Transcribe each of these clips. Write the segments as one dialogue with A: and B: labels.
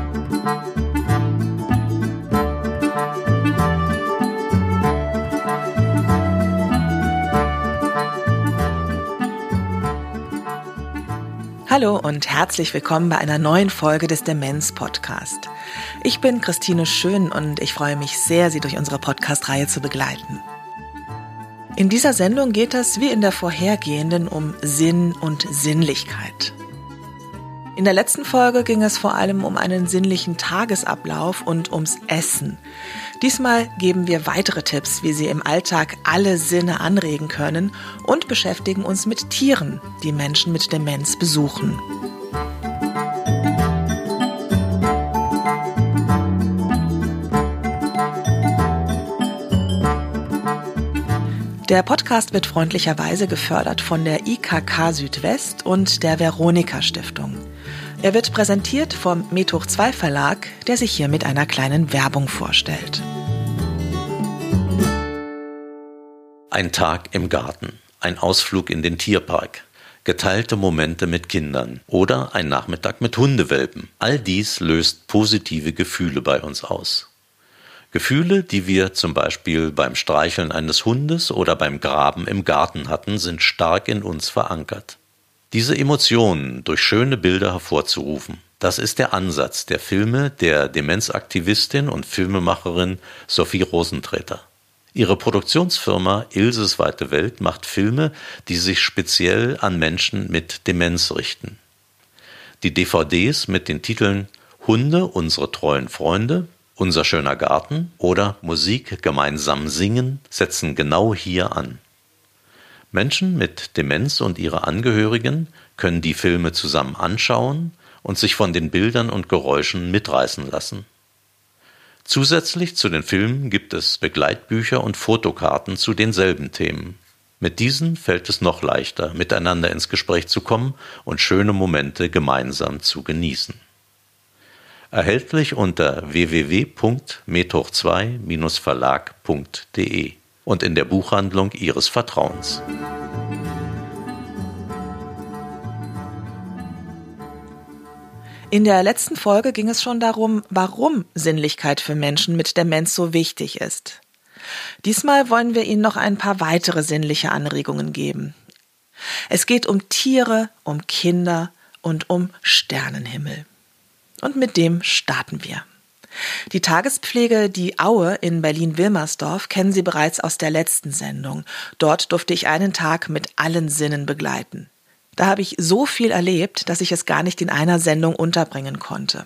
A: Hallo und herzlich willkommen bei einer neuen Folge des Demenz-Podcast. Ich bin Christine Schön und ich freue mich sehr, Sie durch unsere Podcast-Reihe zu begleiten. In dieser Sendung geht es, wie in der vorhergehenden, um Sinn und Sinnlichkeit. In der letzten Folge ging es vor allem um einen sinnlichen Tagesablauf und ums Essen. Diesmal geben wir weitere Tipps, wie Sie im Alltag alle Sinne anregen können und beschäftigen uns mit Tieren, die Menschen mit Demenz besuchen. Der Podcast wird freundlicherweise gefördert von der IKK Südwest und der Veronika Stiftung. Er wird präsentiert vom Med+2 Verlag, der sich hier mit einer kleinen Werbung vorstellt.
B: Ein Tag im Garten, ein Ausflug in den Tierpark, geteilte Momente mit Kindern oder ein Nachmittag mit Hundewelpen. All dies löst positive Gefühle bei uns aus. Gefühle, die wir zum Beispiel beim Streicheln eines Hundes oder beim Graben im Garten hatten, sind stark in uns verankert. Diese Emotionen durch schöne Bilder hervorzurufen, das ist der Ansatz der Filme der Demenzaktivistin und Filmemacherin Sophie Rosentreter. Ihre Produktionsfirma Ilses Weite Welt macht Filme, die sich speziell an Menschen mit Demenz richten. Die DVDs mit den Titeln Hunde, unsere treuen Freunde, Unser schöner Garten oder Musik gemeinsam singen setzen genau hier an. Menschen mit Demenz und ihre Angehörigen können die Filme zusammen anschauen und sich von den Bildern und Geräuschen mitreißen lassen. Zusätzlich zu den Filmen gibt es Begleitbücher und Fotokarten zu denselben Themen. Mit diesen fällt es noch leichter, miteinander ins Gespräch zu kommen und schöne Momente gemeinsam zu genießen. Erhältlich unter www.med+2-verlag.de und in der Buchhandlung Ihres Vertrauens.
A: In der letzten Folge ging es schon darum, warum Sinnlichkeit für Menschen mit Demenz so wichtig ist. Diesmal wollen wir Ihnen noch ein paar weitere sinnliche Anregungen geben. Es geht um Tiere, um Kinder und um Sternenhimmel. Und mit dem starten wir. Die Tagespflege Die Aue in Berlin-Wilmersdorf kennen Sie bereits aus der letzten Sendung. Dort durfte ich einen Tag mit allen Sinnen begleiten. Da habe ich so viel erlebt, dass ich es gar nicht in einer Sendung unterbringen konnte.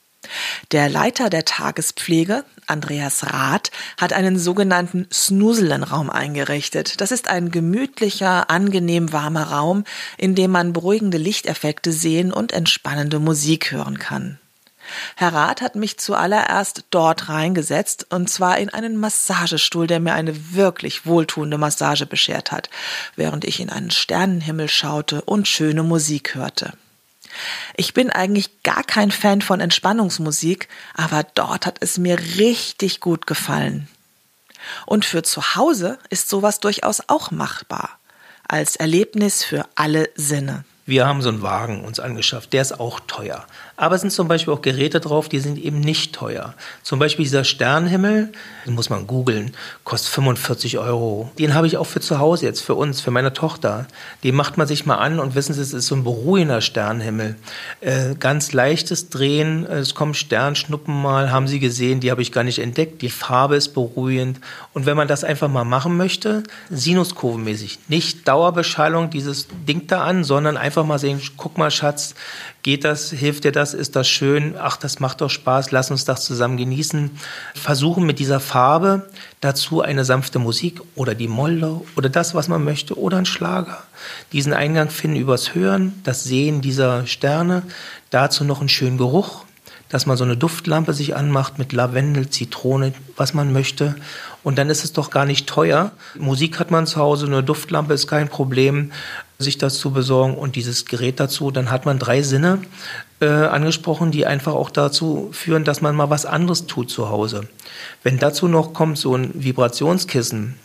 A: Der Leiter der Tagespflege, Andreas Rath, hat einen sogenannten Snuselenraum eingerichtet. Das ist ein gemütlicher, angenehm warmer Raum, in dem man beruhigende Lichteffekte sehen und entspannende Musik hören kann. Herr Rath hat mich zuallererst dort reingesetzt, und zwar in einen Massagestuhl, der mir eine wirklich wohltuende Massage beschert hat, während ich in einen Sternenhimmel schaute und schöne Musik hörte. Ich bin eigentlich gar kein Fan von Entspannungsmusik, aber dort hat es mir richtig gut gefallen. Und für zu Hause ist sowas durchaus auch machbar, als Erlebnis für alle Sinne.
C: Wir haben so einen Wagen uns angeschafft, der ist auch teuer. Aber es sind zum Beispiel auch Geräte drauf, die sind eben nicht teuer. Zum Beispiel dieser Sternenhimmel, den muss man googeln, kostet 45 €. Den habe ich auch für zu Hause jetzt, für uns, für meine Tochter. Den macht man sich mal an und wissen Sie, es ist so ein beruhigender Sternenhimmel. Ganz leichtes Drehen, es kommen Sternschnuppen mal, haben Sie gesehen, die habe ich gar nicht entdeckt. Die Farbe ist beruhigend. Und wenn man das einfach mal machen möchte, sinuskurvenmäßig, nicht Dauerbeschallung, dieses Ding da an, sondern einfach mal sehen, guck mal Schatz, geht das, hilft dir das, ist das schön, ach, das macht doch Spaß, lass uns das zusammen genießen. Versuchen mit dieser Farbe dazu eine sanfte Musik oder die Moldau oder das, was man möchte oder ein Schlager. Diesen Eingang finden übers Hören, das Sehen dieser Sterne, dazu noch einen schönen Geruch, dass man so eine Duftlampe sich anmacht mit Lavendel, Zitrone, was man möchte. Und dann ist es doch gar nicht teuer. Musik hat man zu Hause, eine Duftlampe ist kein Problem, sich das zu besorgen und dieses Gerät dazu. Dann hat man 3 Sinne angesprochen, die einfach auch dazu führen, dass man mal was anderes tut zu Hause. Wenn dazu noch kommt so ein Vibrationskissen,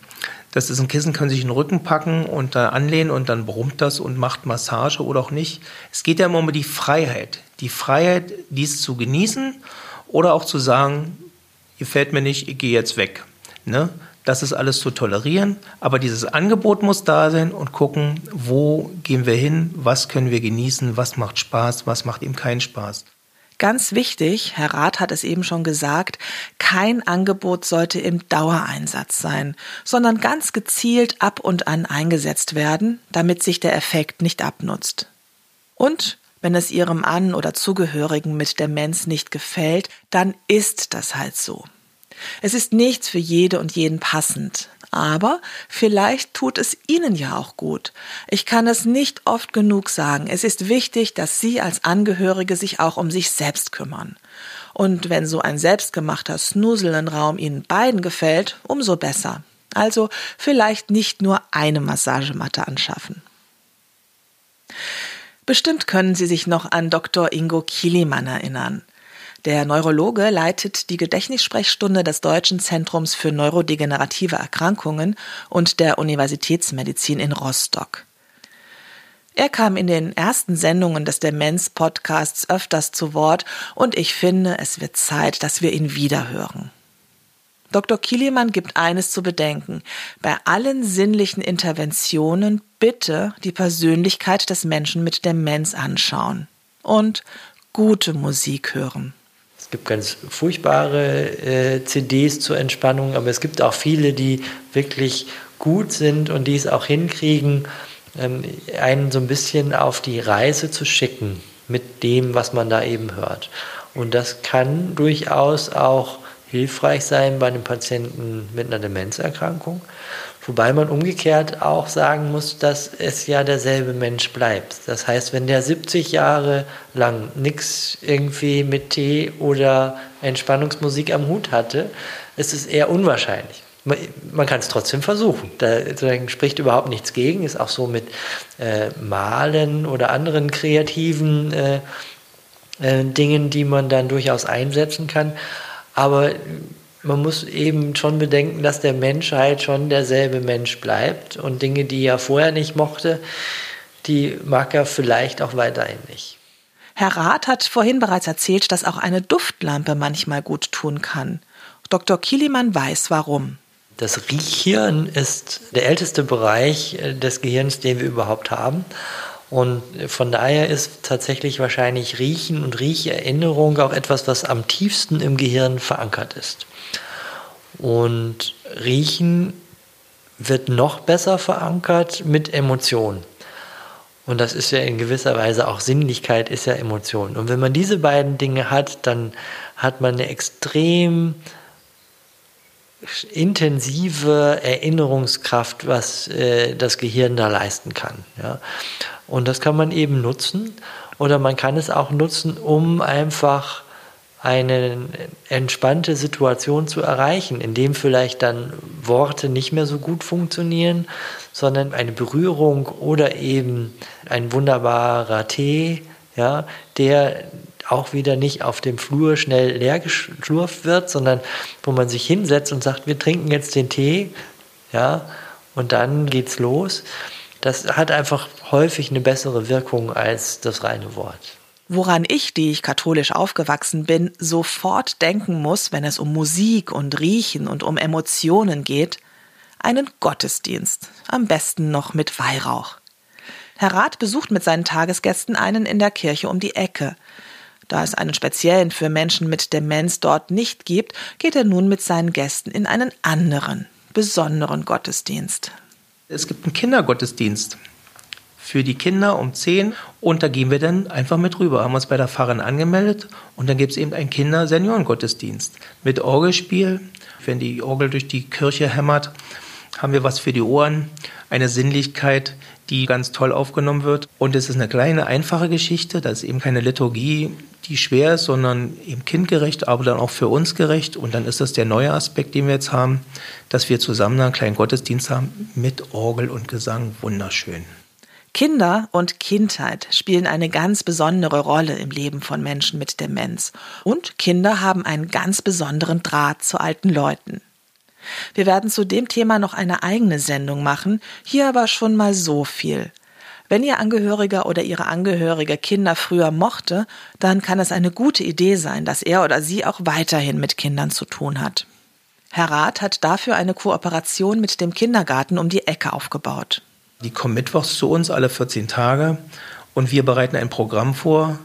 C: Das ist ein Kissen, können Sie sich in den Rücken packen und da anlehnen und dann brummt das und macht Massage oder auch nicht. Es geht ja immer um die Freiheit. Die Freiheit, dies zu genießen oder auch zu sagen, gefällt mir nicht, ich gehe jetzt weg. Ne? Das ist alles zu tolerieren, aber dieses Angebot muss da sein und gucken, wo gehen wir hin, was können wir genießen, was macht Spaß, was macht ihm keinen Spaß.
A: Ganz wichtig, Herr Rath hat es eben schon gesagt, kein Angebot sollte im Dauereinsatz sein, sondern ganz gezielt ab und an eingesetzt werden, damit sich der Effekt nicht abnutzt. Und wenn es Ihrem An- oder Zugehörigen mit Demenz nicht gefällt, dann ist das halt so. Es ist nichts für jede und jeden passend, aber vielleicht tut es Ihnen ja auch gut. Ich kann es nicht oft genug sagen. Es ist wichtig, dass Sie als Angehörige sich auch um sich selbst kümmern. Und wenn so ein selbstgemachter Snuselenraum Ihnen beiden gefällt, umso besser. Also vielleicht nicht nur eine Massagematte anschaffen. Bestimmt können Sie sich noch an Dr. Ingo Kilimann erinnern. Der Neurologe leitet die Gedächtnissprechstunde des Deutschen Zentrums für neurodegenerative Erkrankungen und der Universitätsmedizin in Rostock. Er kam in den ersten Sendungen des Demenz-Podcasts öfters zu Wort und ich finde, es wird Zeit, dass wir ihn wiederhören. Dr. Kilimann gibt eines zu bedenken: Bei allen sinnlichen Interventionen bitte die Persönlichkeit des Menschen mit Demenz anschauen und gute Musik hören.
D: Es gibt ganz furchtbare CDs zur Entspannung, aber es gibt auch viele, die wirklich gut sind und die es auch hinkriegen, einen so ein bisschen auf die Reise zu schicken mit dem, was man da eben hört. Und das kann durchaus auch hilfreich sein bei einem Patienten mit einer Demenzerkrankung. Wobei man umgekehrt auch sagen muss, dass es ja derselbe Mensch bleibt. Das heißt, wenn der 70 Jahre lang nichts irgendwie mit Tee oder Entspannungsmusik am Hut hatte, ist es eher unwahrscheinlich. Man kann es trotzdem versuchen. Da spricht überhaupt nichts gegen. Ist auch so mit Malen oder anderen kreativen Dingen, die man dann durchaus einsetzen kann. Aber man muss eben schon bedenken, dass der Mensch halt schon derselbe Mensch bleibt und Dinge, die er vorher nicht mochte, die mag er vielleicht auch weiterhin nicht.
A: Herr Rath hat vorhin bereits erzählt, dass auch eine Duftlampe manchmal gut tun kann. Dr. Kilimann weiß warum.
D: Das Riechhirn ist der älteste Bereich des Gehirns, den wir überhaupt haben. Und von daher ist tatsächlich wahrscheinlich Riechen und Riecherinnerung auch etwas, was am tiefsten im Gehirn verankert ist. Und Riechen wird noch besser verankert mit Emotionen. Und das ist ja in gewisser Weise auch Sinnlichkeit, ist ja Emotion. Und wenn man diese beiden Dinge hat, dann hat man eine extrem intensive Erinnerungskraft, was das Gehirn da leisten kann. Ja. Und das kann man eben nutzen oder man kann es auch nutzen, um einfach eine entspannte Situation zu erreichen, in dem vielleicht dann Worte nicht mehr so gut funktionieren, sondern eine Berührung oder eben ein wunderbarer Tee, ja, der auch wieder nicht auf dem Flur schnell leer geschlurft wird, sondern wo man sich hinsetzt und sagt, wir trinken jetzt den Tee, ja, und dann geht's los. Das hat einfach häufig eine bessere Wirkung als das reine Wort.
A: Woran ich, die ich katholisch aufgewachsen bin, sofort denken muss, wenn es um Musik und Riechen und um Emotionen geht: einen Gottesdienst, am besten noch mit Weihrauch. Herr Rath besucht mit seinen Tagesgästen einen in der Kirche um die Ecke. Da es einen speziellen für Menschen mit Demenz dort nicht gibt, geht er nun mit seinen Gästen in einen anderen, besonderen Gottesdienst.
C: Es gibt einen Kindergottesdienst für die Kinder um 10 und da gehen wir dann einfach mit rüber. Haben uns bei der Pfarrerin angemeldet und dann gibt es eben einen Kinder-Seniorengottesdienst mit Orgelspiel. Wenn die Orgel durch die Kirche hämmert, haben wir was für die Ohren, eine Sinnlichkeit, die ganz toll aufgenommen wird. Und es ist eine kleine, einfache Geschichte. Das ist eben keine Liturgie, die schwer ist, sondern eben kindgerecht, aber dann auch für uns gerecht. Und dann ist das der neue Aspekt, den wir jetzt haben, dass wir zusammen einen kleinen Gottesdienst haben mit Orgel und Gesang. Wunderschön.
A: Kinder und Kindheit spielen eine ganz besondere Rolle im Leben von Menschen mit Demenz. Und Kinder haben einen ganz besonderen Draht zu alten Leuten. Wir werden zu dem Thema noch eine eigene Sendung machen, hier aber schon mal so viel. Wenn Ihr Angehöriger oder Ihre Angehörige Kinder früher mochte, dann kann es eine gute Idee sein, dass er oder sie auch weiterhin mit Kindern zu tun hat. Herr Rath hat dafür eine Kooperation mit dem Kindergarten um die Ecke aufgebaut.
C: Die kommen mittwochs zu uns alle 14 Tage und wir bereiten ein Programm vor.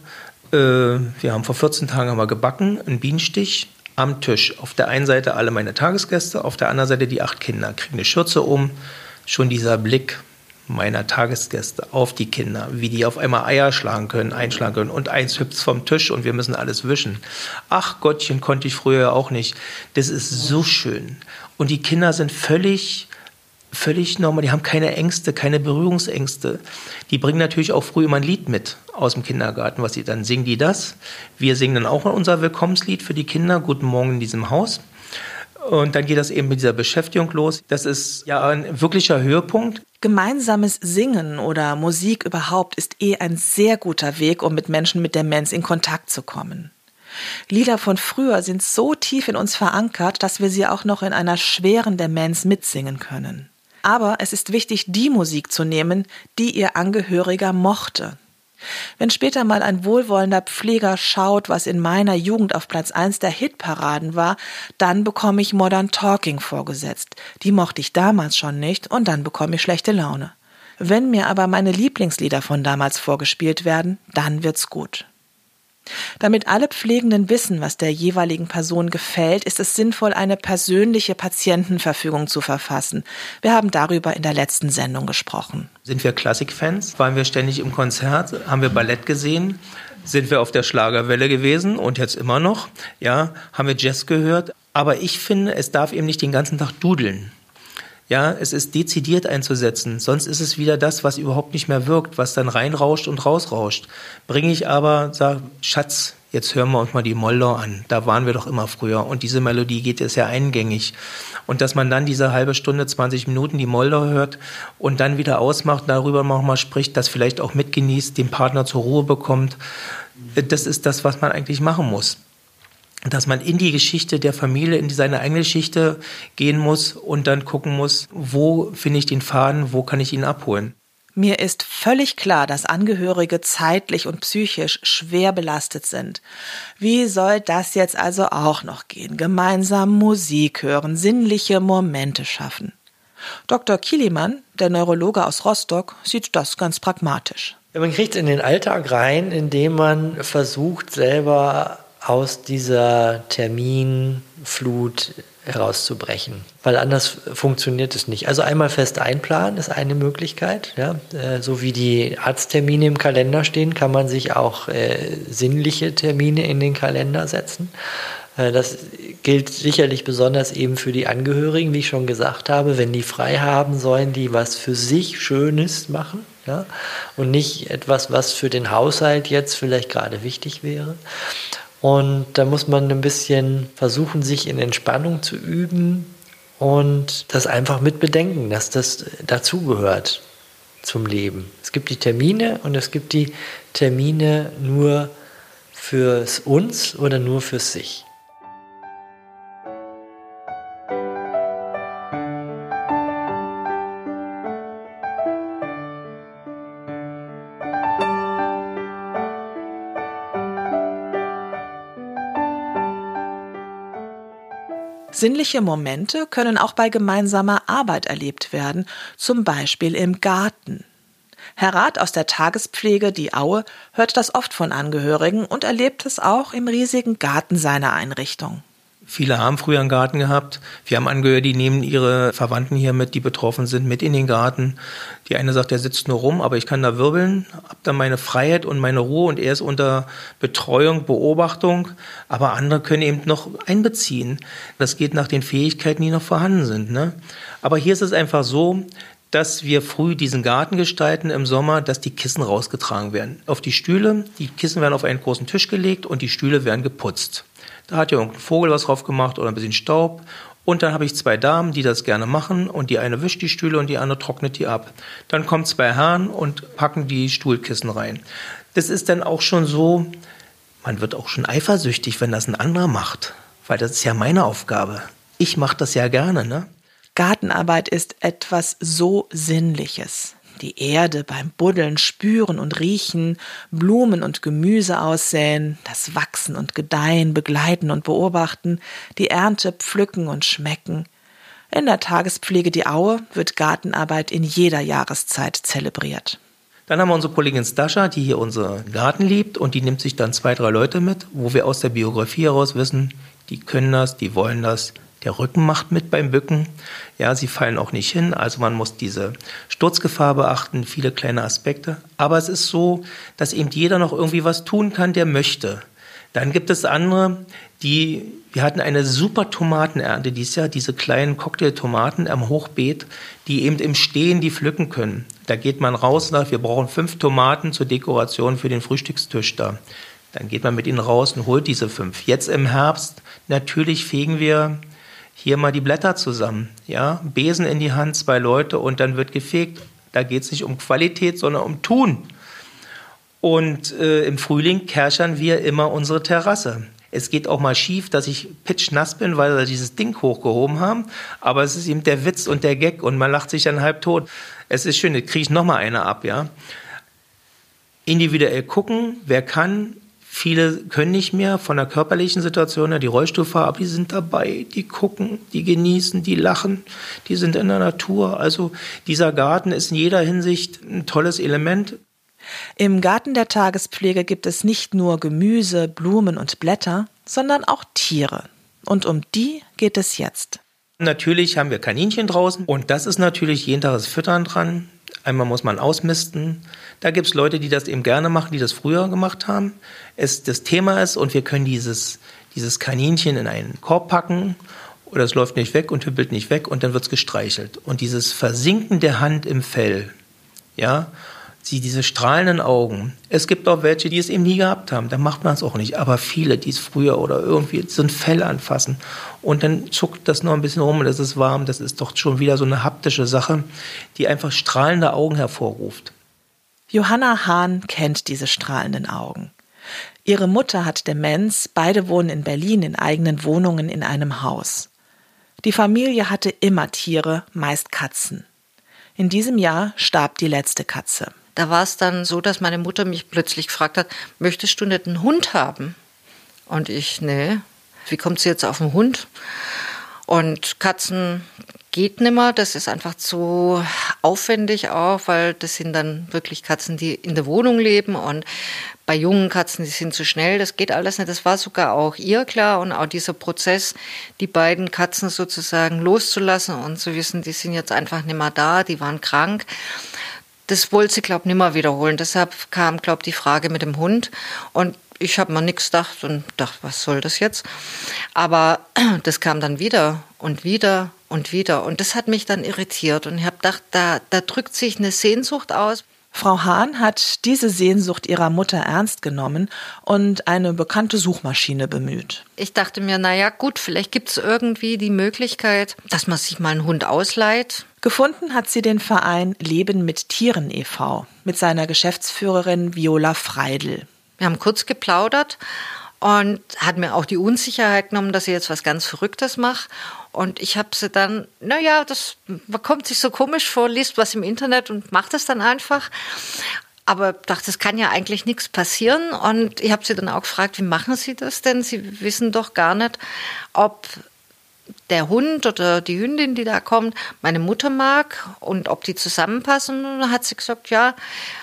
C: Wir haben vor 14 Tagen gebacken, einen Bienenstich am Tisch. Auf der einen Seite alle meine Tagesgäste, auf der anderen Seite die 8 Kinder. Kriegen eine Schürze um, schon dieser Blick meiner Tagesgäste auf die Kinder, wie die auf einmal Eier einschlagen können und eins hüpft vom Tisch und wir müssen alles wischen. Ach Gottchen, konnte ich früher auch nicht. Das ist so schön. Und die Kinder sind völlig normal, die haben keine Ängste, keine Berührungsängste. Die bringen natürlich auch früh immer ein Lied mit aus dem Kindergarten, dann singen die das. Wir singen dann auch unser Willkommenslied für die Kinder, Guten Morgen in diesem Haus. Und dann geht das eben mit dieser Beschäftigung los. Das ist ja ein wirklicher Höhepunkt.
A: Gemeinsames Singen oder Musik überhaupt ist ein sehr guter Weg, um mit Menschen mit Demenz in Kontakt zu kommen. Lieder von früher sind so tief in uns verankert, dass wir sie auch noch in einer schweren Demenz mitsingen können. Aber es ist wichtig, die Musik zu nehmen, die Ihr Angehöriger mochte. Wenn später mal ein wohlwollender Pfleger schaut, was in meiner Jugend auf Platz 1 der Hitparaden war, dann bekomme ich Modern Talking vorgesetzt. Die mochte ich damals schon nicht und dann bekomme ich schlechte Laune. Wenn mir aber meine Lieblingslieder von damals vorgespielt werden, dann wird's gut. Damit alle Pflegenden wissen, was der jeweiligen Person gefällt, ist es sinnvoll, eine persönliche Patientenverfügung zu verfassen. Wir haben darüber in der letzten Sendung gesprochen.
C: Sind wir Klassikfans? Waren wir ständig im Konzert? Haben wir Ballett gesehen? Sind wir auf der Schlagerwelle gewesen und jetzt immer noch? Ja, haben wir Jazz gehört? Aber ich finde, es darf eben nicht den ganzen Tag dudeln. Ja, es ist dezidiert einzusetzen, sonst ist es wieder das, was überhaupt nicht mehr wirkt, was dann reinrauscht und rausrauscht. Bringe ich aber, sage, Schatz, jetzt hören wir uns mal die Moldau an, da waren wir doch immer früher und diese Melodie geht jetzt ja eingängig. Und dass man dann diese halbe Stunde, 20 Minuten die Moldau hört und dann wieder ausmacht, darüber nochmal spricht, das vielleicht auch mitgenießt, den Partner zur Ruhe bekommt, das ist das, was man eigentlich machen muss. Dass man in die Geschichte der Familie, in seine eigene Geschichte gehen muss und dann gucken muss, wo finde ich den Faden, wo kann ich ihn abholen.
A: Mir ist völlig klar, dass Angehörige zeitlich und psychisch schwer belastet sind. Wie soll das jetzt also auch noch gehen? Gemeinsam Musik hören, sinnliche Momente schaffen. Dr. Kielimann, der Neurologe aus Rostock, sieht das ganz pragmatisch.
D: Ja, man kriegt in den Alltag rein, indem man versucht, selber aus dieser Terminflut herauszubrechen, weil anders funktioniert es nicht. Also einmal fest einplanen ist eine Möglichkeit. Ja? So wie die Arzttermine im Kalender stehen, kann man sich auch sinnliche Termine in den Kalender setzen. Das gilt sicherlich besonders eben für die Angehörigen, wie ich schon gesagt habe. Wenn die frei haben, sollen die was für sich Schönes machen, ja? Und nicht etwas, was für den Haushalt jetzt vielleicht gerade wichtig wäre. Und da muss man ein bisschen versuchen, sich in Entspannung zu üben und das einfach mit bedenken, dass das dazugehört zum Leben. Es gibt die Termine und es gibt die Termine nur für uns oder nur für sich.
A: Sinnliche Momente können auch bei gemeinsamer Arbeit erlebt werden, zum Beispiel im Garten. Herr Rath aus der Tagespflege, die Aue, hört das oft von Angehörigen und erlebt es auch im riesigen Garten seiner Einrichtung.
C: Viele haben früher einen Garten gehabt. Wir haben Angehörige, die nehmen ihre Verwandten hier mit, die betroffen sind, mit in den Garten. Die eine sagt, der sitzt nur rum, aber ich kann da wirbeln, habe dann meine Freiheit und meine Ruhe und er ist unter Betreuung, Beobachtung. Aber andere können eben noch einbeziehen. Das geht nach den Fähigkeiten, die noch vorhanden sind, ne? Aber hier ist es einfach so, dass wir früh diesen Garten gestalten im Sommer, dass die Kissen rausgetragen werden. Auf die Stühle, die Kissen werden auf einen großen Tisch gelegt und die Stühle werden geputzt. Da hat ja irgendein Vogel was drauf gemacht oder ein bisschen Staub. Und dann habe ich 2 Damen, die das gerne machen und die eine wischt die Stühle und die andere trocknet die ab. Dann kommen 2 Herren und packen die Stuhlkissen rein. Das ist dann auch schon so, man wird auch schon eifersüchtig, wenn das ein anderer macht, weil das ist ja meine Aufgabe. Ich mache das ja gerne, ne?
A: Gartenarbeit ist etwas so Sinnliches. Die Erde beim Buddeln spüren und riechen, Blumen und Gemüse aussäen, das Wachsen und Gedeihen begleiten und beobachten, die Ernte pflücken und schmecken. In der Tagespflege Die Aue wird Gartenarbeit in jeder Jahreszeit zelebriert.
C: Dann haben wir unsere Kollegin Stascha, die hier unseren Garten liebt und die nimmt sich dann 2, 3 Leute mit, wo wir aus der Biografie heraus wissen, die können das, die wollen das. Der Rücken macht mit beim Bücken. Ja, sie fallen auch nicht hin, also man muss diese Sturzgefahr beachten, viele kleine Aspekte. Aber es ist so, dass eben jeder noch irgendwie was tun kann, der möchte. Dann gibt es andere, wir hatten eine super Tomatenernte dieses Jahr, diese kleinen Cocktailtomaten am Hochbeet, die eben im Stehen die pflücken können. Da geht man raus, sagt, wir brauchen 5 Tomaten zur Dekoration für den Frühstückstisch da. Dann geht man mit ihnen raus und holt diese 5. Jetzt im Herbst, natürlich fegen wir hier mal die Blätter zusammen. Ja? Besen in die Hand, 2 Leute und dann wird gefegt. Da geht es nicht um Qualität, sondern um Tun. Und im Frühling kärchern wir immer unsere Terrasse. Es geht auch mal schief, dass ich pitschnass bin, weil wir dieses Ding hochgehoben haben. Aber es ist eben der Witz und der Gag und man lacht sich dann halb tot. Es ist schön, jetzt kriege ich nochmal eine ab. Ja? Individuell gucken, wer kann. Viele können nicht mehr von der körperlichen Situation her, die Rollstuhlfahrer, aber die sind dabei, die gucken, die genießen, die lachen, die sind in der Natur. Also dieser Garten ist in jeder Hinsicht ein tolles Element.
A: Im Garten der Tagespflege gibt es nicht nur Gemüse, Blumen und Blätter, sondern auch Tiere. Und um die geht es jetzt.
C: Natürlich haben wir Kaninchen draußen und das ist natürlich jeden Tag das Füttern dran. Einmal muss man ausmisten. Da gibt es Leute, die das eben gerne machen, die das früher gemacht haben. Das Thema ist, und wir können dieses Kaninchen in einen Korb packen oder es läuft nicht weg und hüppelt nicht weg und dann wird es gestreichelt. Und dieses Versinken der Hand im Fell, ja, diese strahlenden Augen. Es gibt auch welche, die es eben nie gehabt haben. Da macht man es auch nicht. Aber viele, die es früher oder irgendwie so ein Fell anfassen. Und dann zuckt das noch ein bisschen rum und es ist warm. Das ist doch schon wieder so eine haptische Sache, die einfach strahlende Augen hervorruft.
A: Johanna Hahn kennt diese strahlenden Augen. Ihre Mutter hat Demenz. Beide wohnen in Berlin in eigenen Wohnungen in einem Haus. Die Familie hatte immer Tiere, meist Katzen. In diesem Jahr starb die letzte Katze.
E: Da war es dann so, dass meine Mutter mich plötzlich gefragt hat, möchtest du nicht einen Hund haben? Und ich, nee, wie kommt sie jetzt auf einen Hund? Und Katzen geht nimmer, das ist einfach zu aufwendig auch, weil das sind dann wirklich Katzen, die in der Wohnung leben und bei jungen Katzen, die sind zu schnell, das geht alles nicht. Das war sogar auch ihr klar und auch dieser Prozess, die beiden Katzen sozusagen loszulassen und zu wissen, die sind jetzt einfach nicht mehr da, die waren krank. Das wollte sie, glaube ich, nicht mehr wiederholen. Deshalb kam, glaube ich, die Frage mit dem Hund. Und ich habe mir nichts gedacht und dachte, was soll das jetzt? Aber das kam dann wieder und wieder und wieder. Und das hat mich dann irritiert. Und ich habe gedacht, da drückt sich eine Sehnsucht aus.
A: Frau Hahn hat diese Sehnsucht ihrer Mutter ernst genommen und eine bekannte Suchmaschine bemüht.
E: Ich dachte mir, naja gut, vielleicht gibt es irgendwie die Möglichkeit, dass man sich mal einen Hund ausleiht.
A: Gefunden hat sie den Verein Leben mit Tieren e.V. mit seiner Geschäftsführerin Viola Freidl.
E: Wir haben kurz geplaudert und hat mir auch die Unsicherheit genommen, dass ich jetzt was ganz Verrücktes mache. Und ich habe sie dann, man kommt sich so komisch vor, liest was im Internet und macht es dann einfach. Aber dachte, es kann ja eigentlich nichts passieren. Und ich habe sie dann auch gefragt, wie machen Sie das denn? Sie wissen doch gar nicht, ob der Hund oder die Hündin, die da kommt, meine Mutter mag und ob die zusammenpassen. Und dann hat sie gesagt, ja,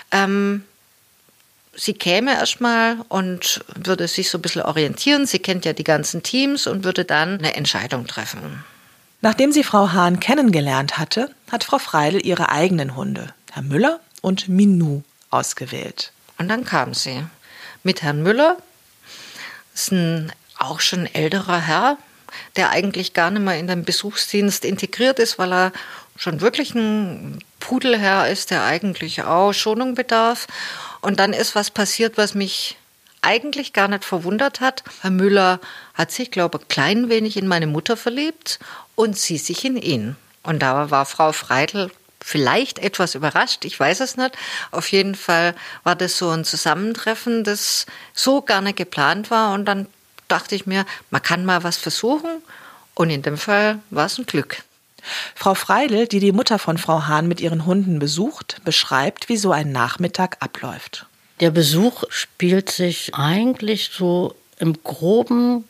E: sie käme erstmal und würde sich so ein bisschen orientieren. Sie kennt ja die ganzen Teams und würde dann eine Entscheidung treffen.
A: Nachdem sie Frau Hahn kennengelernt hatte, hat Frau Freidl ihre eigenen Hunde, Herr Müller und Minou, ausgewählt.
E: Und dann kam sie mit Herrn Müller. Das ist auch schon ein älterer Herr, der eigentlich gar nicht mehr in den Besuchsdienst integriert ist, weil er schon wirklich ein Pudelherr ist, der eigentlich auch Schonung bedarf. Und dann ist was passiert, was mich eigentlich gar nicht verwundert hat. Herr Müller hat sich, glaube ich, ein klein wenig in meine Mutter verliebt und sie sich in ihn. Und da war Frau Freidl vielleicht etwas überrascht, ich weiß es nicht. Auf jeden Fall war das so ein Zusammentreffen, das so gar nicht geplant war. Und dann dachte ich mir, man kann mal was versuchen Und in dem Fall war es ein Glück.
A: Frau Freidl, die die Mutter von Frau Hahn mit ihren Hunden besucht, beschreibt, wie so ein Nachmittag abläuft.
F: Der Besuch spielt sich eigentlich so im Groben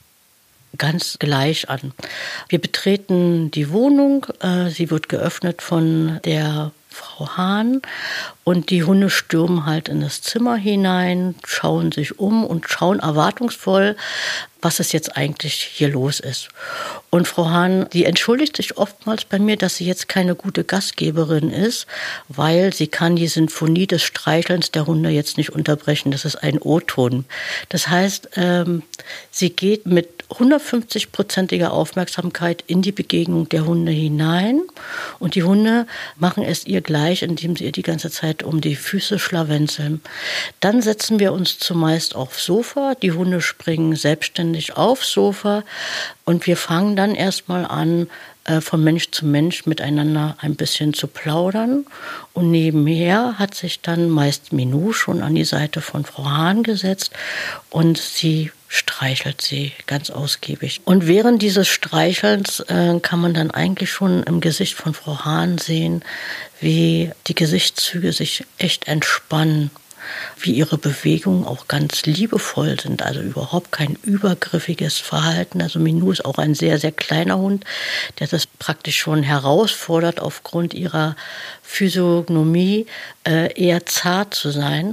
F: ganz gleich an. Wir betreten die Wohnung, sie wird geöffnet von der Frau Hahn und die Hunde stürmen halt in das Zimmer hinein, schauen sich um und schauen erwartungsvoll, was es jetzt eigentlich hier los ist. Und Frau Hahn, die entschuldigt sich oftmals bei mir, dass sie jetzt keine gute Gastgeberin ist, weil sie kann die Sinfonie des Streichelns der Hunde jetzt nicht unterbrechen. Das ist ein O-Ton. Das heißt, sie geht mit 150-prozentiger Aufmerksamkeit in die Begegnung der Hunde hinein und die Hunde machen es ihr gleich, indem sie ihr die ganze Zeit um die Füße schlawenzeln. Dann setzen wir uns zumeist aufs Sofa, die Hunde springen selbstständig aufs Sofa und wir fangen dann erstmal an, von Mensch zu Mensch miteinander ein bisschen zu plaudern. Und nebenher hat sich dann meist Minou schon an die Seite von Frau Hahn gesetzt und sie streichelt sie ganz ausgiebig. Und während dieses Streichelns kann man dann eigentlich schon im Gesicht von Frau Hahn sehen, wie die Gesichtszüge sich echt entspannen, wie ihre Bewegungen auch ganz liebevoll sind, also überhaupt kein übergriffiges Verhalten. Also Minou ist auch ein sehr, sehr kleiner Hund, der das praktisch schon herausfordert, aufgrund ihrer Physiognomie eher zart zu sein.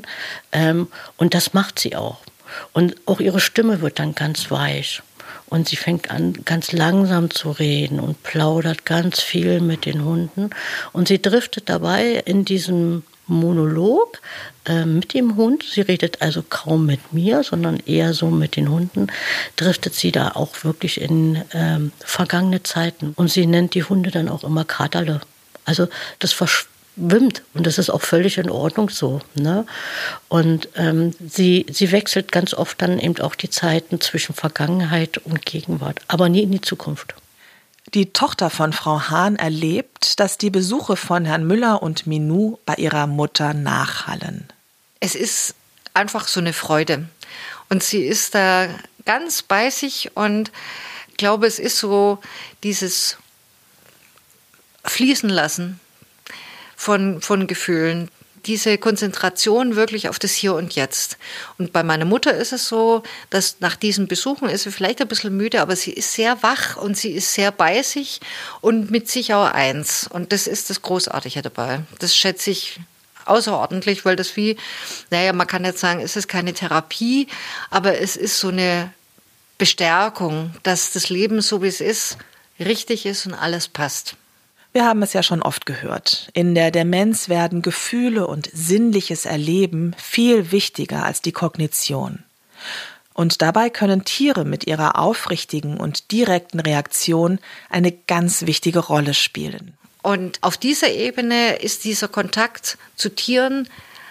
F: Und das macht sie auch. Und auch ihre Stimme wird dann ganz weich. Und sie fängt an, ganz langsam zu reden und plaudert ganz viel mit den Hunden. Und sie driftet dabei in diesem Monolog mit dem Hund. Sie redet also kaum mit mir, sondern eher so mit den Hunden. Driftet sie da auch wirklich in vergangene Zeiten. Und sie nennt die Hunde dann auch immer Katerle. Also das verschwimmt und das ist auch völlig in Ordnung so. Ne? Und sie wechselt ganz oft dann eben auch die Zeiten zwischen Vergangenheit und Gegenwart, aber nie in die Zukunft.
A: Die Tochter von Frau Hahn erlebt, dass die Besuche von Herrn Müller und Minou bei ihrer Mutter nachhallen.
E: Es ist einfach so eine Freude. Und sie ist da ganz bei sich und ich glaube, es ist so dieses Fließen lassen von Gefühlen. Diese Konzentration wirklich auf das Hier und Jetzt. Und bei meiner Mutter ist es so, dass nach diesen Besuchen ist sie vielleicht ein bisschen müde, aber sie ist sehr wach und sie ist sehr bei sich und mit sich auch eins. Und das ist das Großartige dabei. Das schätze ich außerordentlich, weil das man kann jetzt sagen, es ist keine Therapie, aber es ist so eine Bestärkung, dass das Leben so wie es ist, richtig ist und alles passt.
A: Wir haben es ja schon oft gehört. In der Demenz werden Gefühle und sinnliches Erleben viel wichtiger als die Kognition. Und dabei können Tiere mit ihrer aufrichtigen und direkten Reaktion eine ganz wichtige Rolle spielen.
E: Und auf dieser Ebene ist dieser Kontakt zu Tieren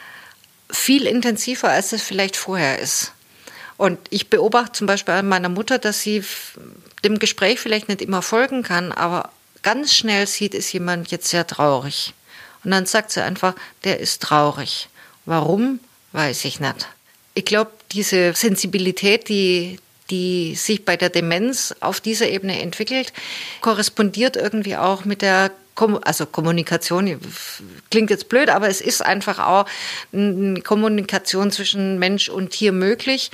E: viel intensiver, als es vielleicht vorher ist. Und ich beobachte zum Beispiel an meiner Mutter, dass sie dem Gespräch vielleicht nicht immer folgen kann, aber ganz schnell sieht, ist jemand jetzt sehr traurig. Und dann sagt sie einfach, der ist traurig. Warum? Weiß ich nicht. Ich glaube, diese Sensibilität, die sich bei der Demenz auf dieser Ebene entwickelt, korrespondiert irgendwie auch mit der Kommunikation. Klingt jetzt blöd, aber es ist einfach auch eine Kommunikation zwischen Mensch und Tier möglich.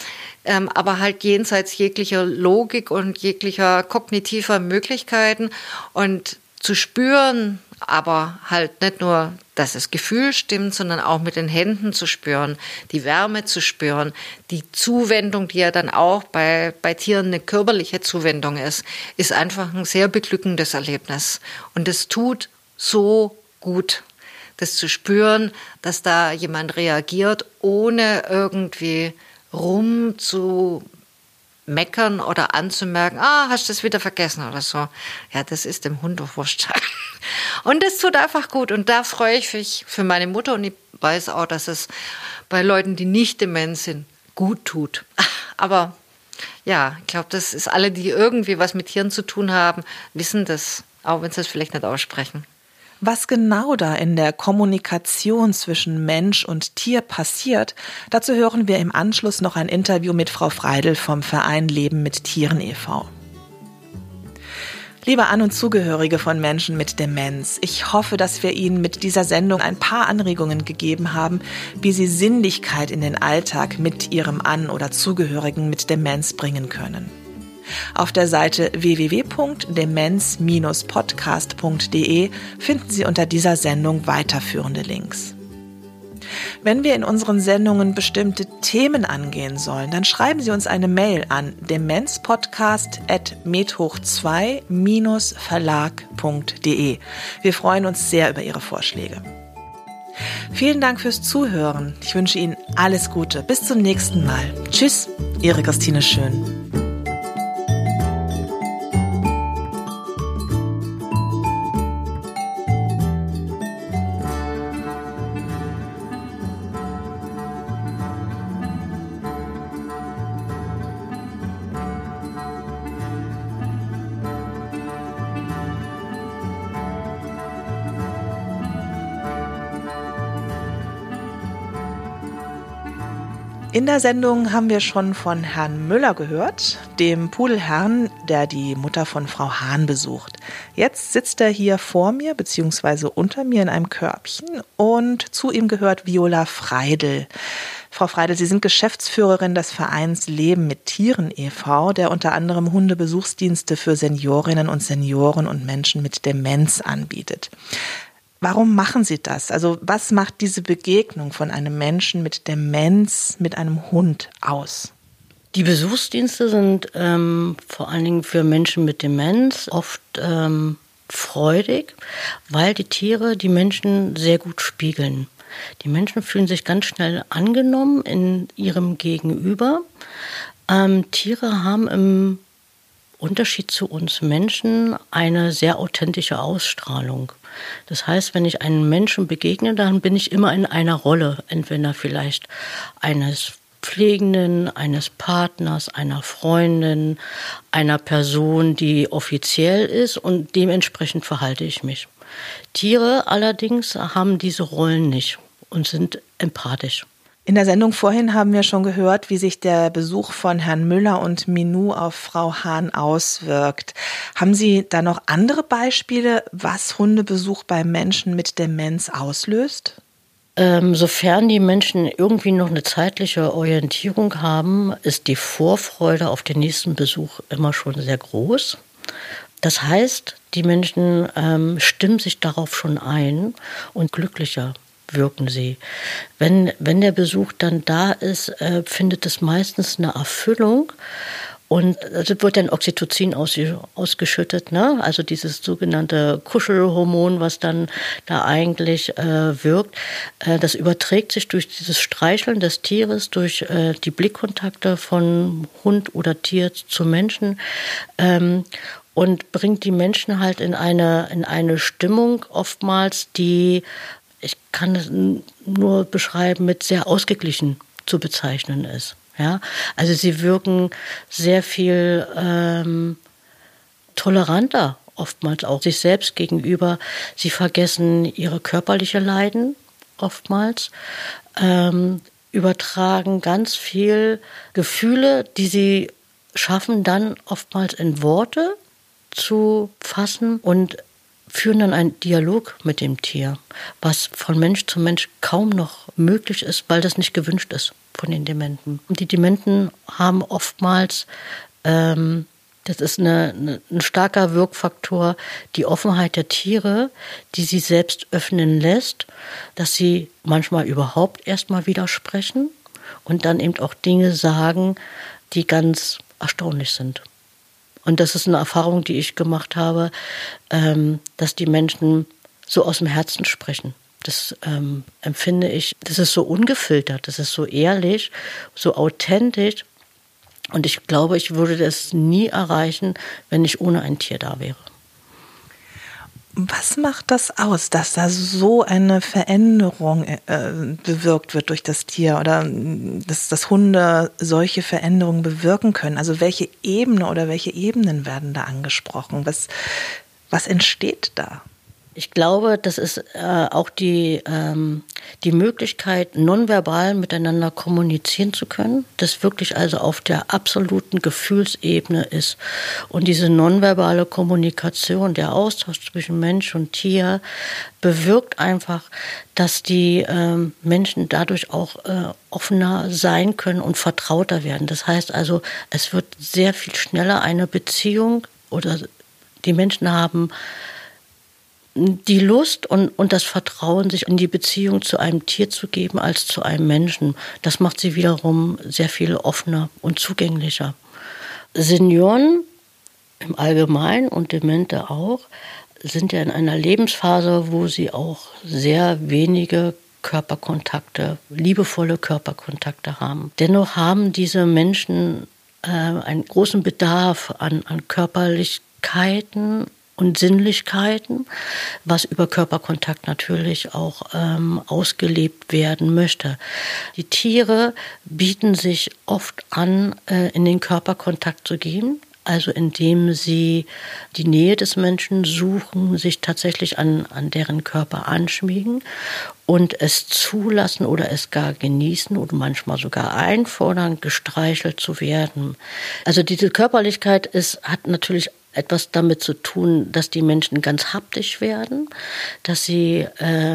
E: Aber halt jenseits jeglicher Logik und jeglicher kognitiver Möglichkeiten und zu spüren, aber halt nicht nur, dass das Gefühl stimmt, sondern auch mit den Händen zu spüren, die Wärme zu spüren, die Zuwendung, die ja dann auch bei Tieren eine körperliche Zuwendung ist einfach ein sehr beglückendes Erlebnis. Und es tut so gut, das zu spüren, dass da jemand reagiert, ohne irgendwie rum zu meckern oder anzumerken, hast du das wieder vergessen oder so. Ja, das ist dem Hund doch wurscht. Und das tut einfach gut. Und da freue ich mich für meine Mutter und ich weiß auch, dass es bei Leuten, die nicht dement sind, gut tut. Aber ja, ich glaube, das ist alle, die irgendwie was mit Tieren zu tun haben, wissen das, auch wenn sie es vielleicht nicht aussprechen.
A: Was genau da in der Kommunikation zwischen Mensch und Tier passiert, dazu hören wir im Anschluss noch ein Interview mit Frau Freidl vom Verein Leben mit Tieren e.V. Liebe An- und Zugehörige von Menschen mit Demenz, ich hoffe, dass wir Ihnen mit dieser Sendung ein paar Anregungen gegeben haben, wie Sie Sinnlichkeit in den Alltag mit Ihrem An- oder Zugehörigen mit Demenz bringen können. Auf der Seite www.demenz-podcast.de finden Sie unter dieser Sendung weiterführende Links. Wenn wir in unseren Sendungen bestimmte Themen angehen sollen, dann schreiben Sie uns eine Mail an demenzpodcast@med2 verlag.de. Wir freuen uns sehr über Ihre Vorschläge. Vielen Dank fürs Zuhören. Ich wünsche Ihnen alles Gute. Bis zum nächsten Mal. Tschüss, Ihre Christine Schön. In der Sendung haben wir schon von Herrn Müller gehört, dem Pudelherrn, der die Mutter von Frau Hahn besucht. Jetzt sitzt er hier vor mir bzw. unter mir in einem Körbchen und zu ihm gehört Viola Freidl. Frau Freidl, Sie sind Geschäftsführerin des Vereins Leben mit Tieren e.V., der unter anderem Hundebesuchsdienste für Seniorinnen und Senioren und Menschen mit Demenz anbietet. Warum machen Sie das? Also was macht diese Begegnung von einem Menschen mit Demenz mit einem Hund aus?
F: Die Besuchsdienste sind vor allen Dingen für Menschen mit Demenz oft freudig, weil die Tiere die Menschen sehr gut spiegeln. Die Menschen fühlen sich ganz schnell angenommen in ihrem Gegenüber. Tiere haben im Unterschied zu uns Menschen eine sehr authentische Ausstrahlung. Das heißt, wenn ich einem Menschen begegne, dann bin ich immer in einer Rolle, entweder vielleicht eines Pflegenden, eines Partners, einer Freundin, einer Person, die offiziell ist, und dementsprechend verhalte ich mich. Tiere allerdings haben diese Rollen nicht und sind empathisch.
A: In der Sendung vorhin haben wir schon gehört, wie sich der Besuch von Herrn Müller und Minou auf Frau Hahn auswirkt. Haben Sie da noch andere Beispiele, was Hundebesuch bei Menschen mit Demenz auslöst?
F: Sofern die Menschen irgendwie noch eine zeitliche Orientierung haben, ist die Vorfreude auf den nächsten Besuch immer schon sehr groß. Das heißt, die Menschen stimmen sich darauf schon ein und glücklicher wirken sie. Wenn der Besuch dann da ist, findet es meistens eine Erfüllung und es wird dann Oxytocin ausgeschüttet, ne? Also dieses sogenannte Kuschelhormon, was dann da eigentlich wirkt. Das überträgt sich durch dieses Streicheln des Tieres, durch die Blickkontakte von Hund oder Tier zu Menschen und bringt die Menschen halt in eine Stimmung oftmals, die, ich kann es nur beschreiben, mit sehr ausgeglichen zu bezeichnen ist. Ja? Also sie wirken sehr viel toleranter, oftmals auch sich selbst gegenüber. Sie vergessen ihre körperliche Leiden oftmals, übertragen ganz viel Gefühle, die sie schaffen, dann oftmals in Worte zu fassen und führen dann einen Dialog mit dem Tier, was von Mensch zu Mensch kaum noch möglich ist, weil das nicht gewünscht ist von den Dementen. Und die Dementen haben oftmals, das ist ein starker Wirkfaktor, die Offenheit der Tiere, die sie selbst öffnen lässt, dass sie manchmal überhaupt erstmal widersprechen und dann eben auch Dinge sagen, die ganz erstaunlich sind. Und das ist eine Erfahrung, die ich gemacht habe, dass die Menschen so aus dem Herzen sprechen. Das empfinde ich, das ist so ungefiltert, das ist so ehrlich, so authentisch. Und ich glaube, ich würde das nie erreichen, wenn ich ohne ein Tier da wäre.
A: Was macht das aus, dass da so eine Veränderung bewirkt wird durch das Tier oder dass Hunde solche Veränderungen bewirken können? Also welche Ebene oder welche Ebenen werden da angesprochen? Was entsteht da?
F: Ich glaube, das ist auch die Möglichkeit, nonverbal miteinander kommunizieren zu können, das wirklich also auf der absoluten Gefühlsebene ist. Und diese nonverbale Kommunikation, der Austausch zwischen Mensch und Tier, bewirkt einfach, dass die Menschen dadurch auch offener sein können und vertrauter werden. Das heißt also, es wird sehr viel schneller eine Beziehung oder die Menschen haben die Lust und das Vertrauen, sich in die Beziehung zu einem Tier zu geben, als zu einem Menschen. Das macht sie wiederum sehr viel offener und zugänglicher. Senioren im Allgemeinen und Demente auch sind ja in einer Lebensphase, wo sie auch sehr wenige Körperkontakte, liebevolle Körperkontakte haben. Dennoch haben diese Menschen einen großen Bedarf an Körperlichkeiten und Sinnlichkeiten, was über Körperkontakt natürlich auch ausgelebt werden möchte. Die Tiere bieten sich oft an, in den Körperkontakt zu gehen, also indem sie die Nähe des Menschen suchen, sich tatsächlich an deren Körper anschmiegen und es zulassen oder es gar genießen oder manchmal sogar einfordern, gestreichelt zu werden. Also diese Körperlichkeit hat natürlich etwas damit zu tun, dass die Menschen ganz haptisch werden, dass sie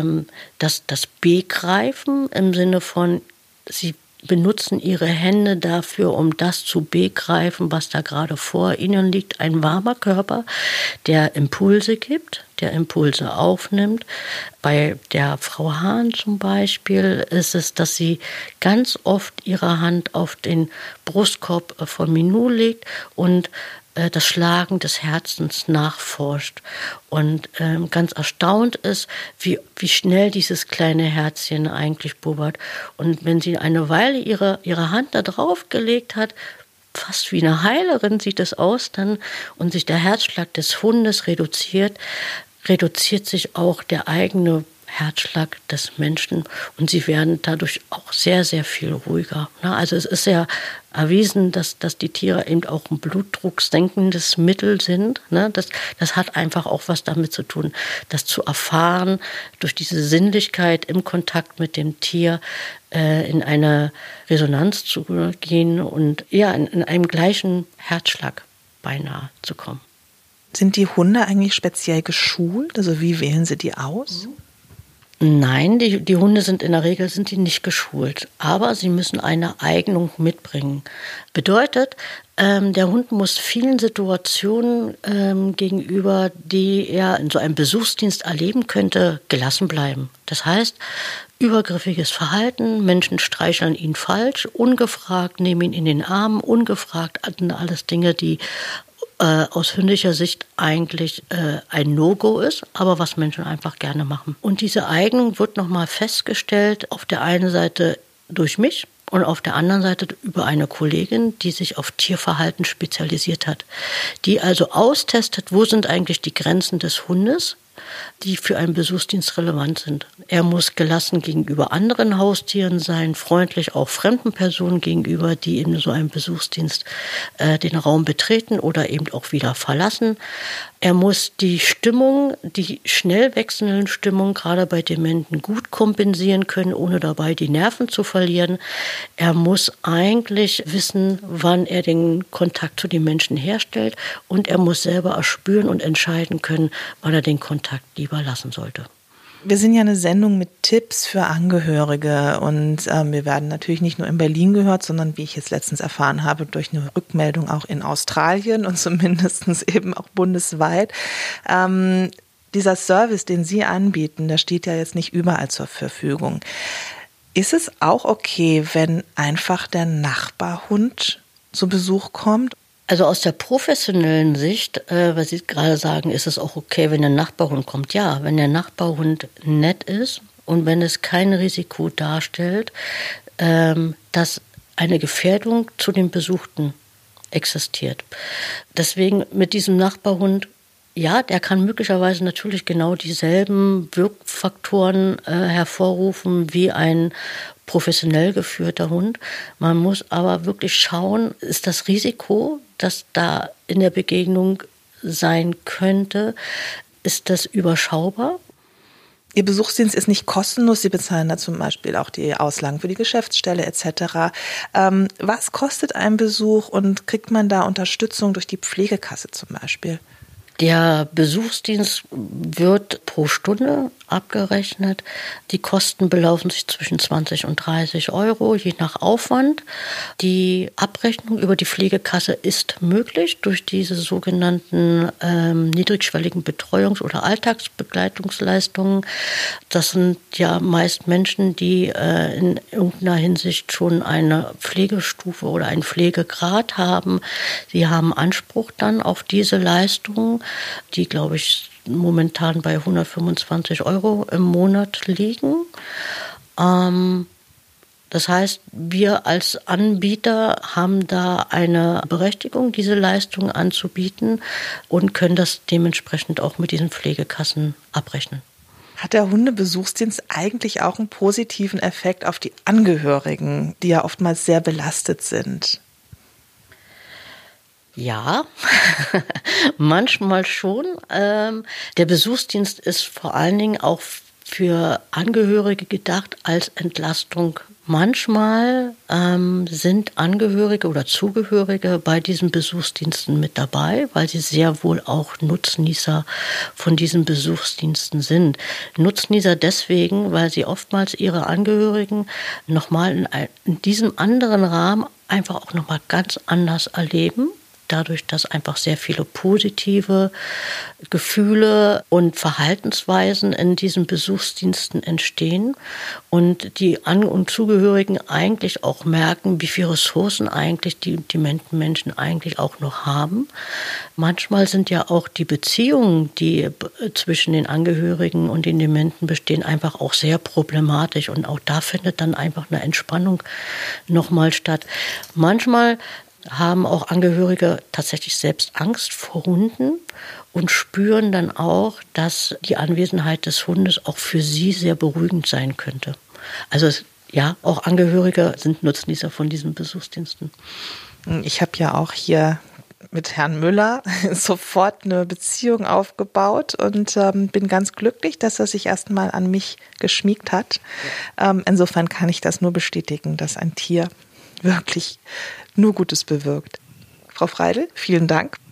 F: das begreifen im Sinne von, sie benutzen ihre Hände dafür, um das zu begreifen, was da gerade vor ihnen liegt. Ein warmer Körper, der Impulse gibt, der Impulse aufnimmt. Bei der Frau Hahn zum Beispiel ist es, dass sie ganz oft ihre Hand auf den Brustkorb von Minou legt und das Schlagen des Herzens nachforscht und ganz erstaunt ist, wie schnell dieses kleine Herzchen eigentlich bubbert. Und wenn sie eine Weile ihre Hand da drauf gelegt hat, fast wie eine Heilerin sieht es aus dann, und sich der Herzschlag des Hundes reduziert sich auch der eigene Herzschlag des Menschen und sie werden dadurch auch sehr, sehr viel ruhiger. Also es ist ja erwiesen, dass die Tiere eben auch ein blutdrucksenkendes Mittel sind. Das hat einfach auch was damit zu tun, das zu erfahren, durch diese Sinnlichkeit im Kontakt mit dem Tier in eine Resonanz zu gehen und ja, in einem gleichen Herzschlag beinahe zu kommen.
A: Sind die Hunde eigentlich speziell geschult? Also wie wählen sie die aus?
F: Nein, die Hunde sind in der Regel nicht geschult, aber sie müssen eine Eignung mitbringen. Bedeutet, der Hund muss vielen Situationen gegenüber, die er in so einem Besuchsdienst erleben könnte, gelassen bleiben. Das heißt, übergriffiges Verhalten, Menschen streicheln ihn falsch, ungefragt, nehmen ihn in den Arm, ungefragt, alles Dinge, die aus hündischer Sicht eigentlich ein No-Go ist, aber was Menschen einfach gerne machen. Und diese Eignung wird nochmal festgestellt, auf der einen Seite durch mich und auf der anderen Seite über eine Kollegin, die sich auf Tierverhalten spezialisiert hat, die also austestet, wo sind eigentlich die Grenzen des Hundes, die für einen Besuchsdienst relevant sind. Er muss gelassen gegenüber anderen Haustieren sein, freundlich auch fremden Personen gegenüber, die in so einem Besuchsdienst den Raum betreten oder eben auch wieder verlassen. Er muss die Stimmung, die schnell wechselnden Stimmung, gerade bei Dementen gut kompensieren können, ohne dabei die Nerven zu verlieren. Er muss eigentlich wissen, wann er den Kontakt zu den Menschen herstellt und er muss selber erspüren und entscheiden können, wann er den Kontakt lieber lassen sollte.
A: Wir sind ja eine Sendung mit Tipps für Angehörige und wir werden natürlich nicht nur in Berlin gehört, sondern wie ich jetzt letztens erfahren habe, durch eine Rückmeldung auch in Australien und zumindest eben auch bundesweit. Dieser Service, den Sie anbieten, der steht ja jetzt nicht überall zur Verfügung. Ist es auch okay, wenn einfach der Nachbarhund zu Besuch kommt?
F: Also aus der professionellen Sicht, was Sie gerade sagen, ist es auch okay, wenn der Nachbarhund kommt. Ja, wenn der Nachbarhund nett ist und wenn es kein Risiko darstellt, dass eine Gefährdung zu den Besuchten existiert. Deswegen mit diesem Nachbarhund, ja, der kann möglicherweise natürlich genau dieselben Wirkfaktoren hervorrufen wie ein professionell geführter Hund. Man muss aber wirklich schauen, ist das Risiko, das da in der Begegnung sein könnte, ist das überschaubar.
A: Ihr Besuchsdienst ist nicht kostenlos, Sie bezahlen da zum Beispiel auch die Auslagen für die Geschäftsstelle etc. Was kostet ein Besuch und kriegt man da Unterstützung durch die Pflegekasse zum Beispiel?
F: Der Besuchsdienst wird pro Stunde abgerechnet. Die Kosten belaufen sich zwischen 20 und 30 Euro, je nach Aufwand. Die Abrechnung über die Pflegekasse ist möglich durch diese sogenannten niedrigschwelligen Betreuungs- oder Alltagsbegleitungsleistungen. Das sind ja meist Menschen, die in irgendeiner Hinsicht schon eine Pflegestufe oder einen Pflegegrad haben. Sie haben Anspruch dann auf diese Leistungen, die, glaube ich, momentan bei 125 Euro im Monat liegen. Das heißt, wir als Anbieter haben da eine Berechtigung, diese Leistung anzubieten und können das dementsprechend auch mit diesen Pflegekassen abrechnen.
A: Hat der Hundebesuchsdienst eigentlich auch einen positiven Effekt auf die Angehörigen, die ja oftmals sehr belastet sind?
F: Ja, manchmal schon. Der Besuchsdienst ist vor allen Dingen auch für Angehörige gedacht als Entlastung. Manchmal sind Angehörige oder Zugehörige bei diesen Besuchsdiensten mit dabei, weil sie sehr wohl auch Nutznießer von diesen Besuchsdiensten sind. Nutznießer deswegen, weil sie oftmals ihre Angehörigen nochmal in diesem anderen Rahmen einfach auch nochmal ganz anders erleben. Dadurch, dass einfach sehr viele positive Gefühle und Verhaltensweisen in diesen Besuchsdiensten entstehen und die An- und Zugehörigen eigentlich auch merken, wie viele Ressourcen eigentlich die dementen Menschen eigentlich auch noch haben. Manchmal sind ja auch die Beziehungen, die zwischen den Angehörigen und den Dementen bestehen, einfach auch sehr problematisch und auch da findet dann einfach eine Entspannung nochmal statt. Manchmal haben auch Angehörige tatsächlich selbst Angst vor Hunden und spüren dann auch, dass die Anwesenheit des Hundes auch für sie sehr beruhigend sein könnte. Also ja, auch Angehörige sind Nutznießer von diesen Besuchsdiensten.
A: Ich habe ja auch hier mit Herrn Müller sofort eine Beziehung aufgebaut und bin ganz glücklich, dass er sich erstmal an mich geschmiegt hat. Insofern kann ich das nur bestätigen, dass ein Tier wirklich nur Gutes bewirkt. Frau Freidl, vielen Dank.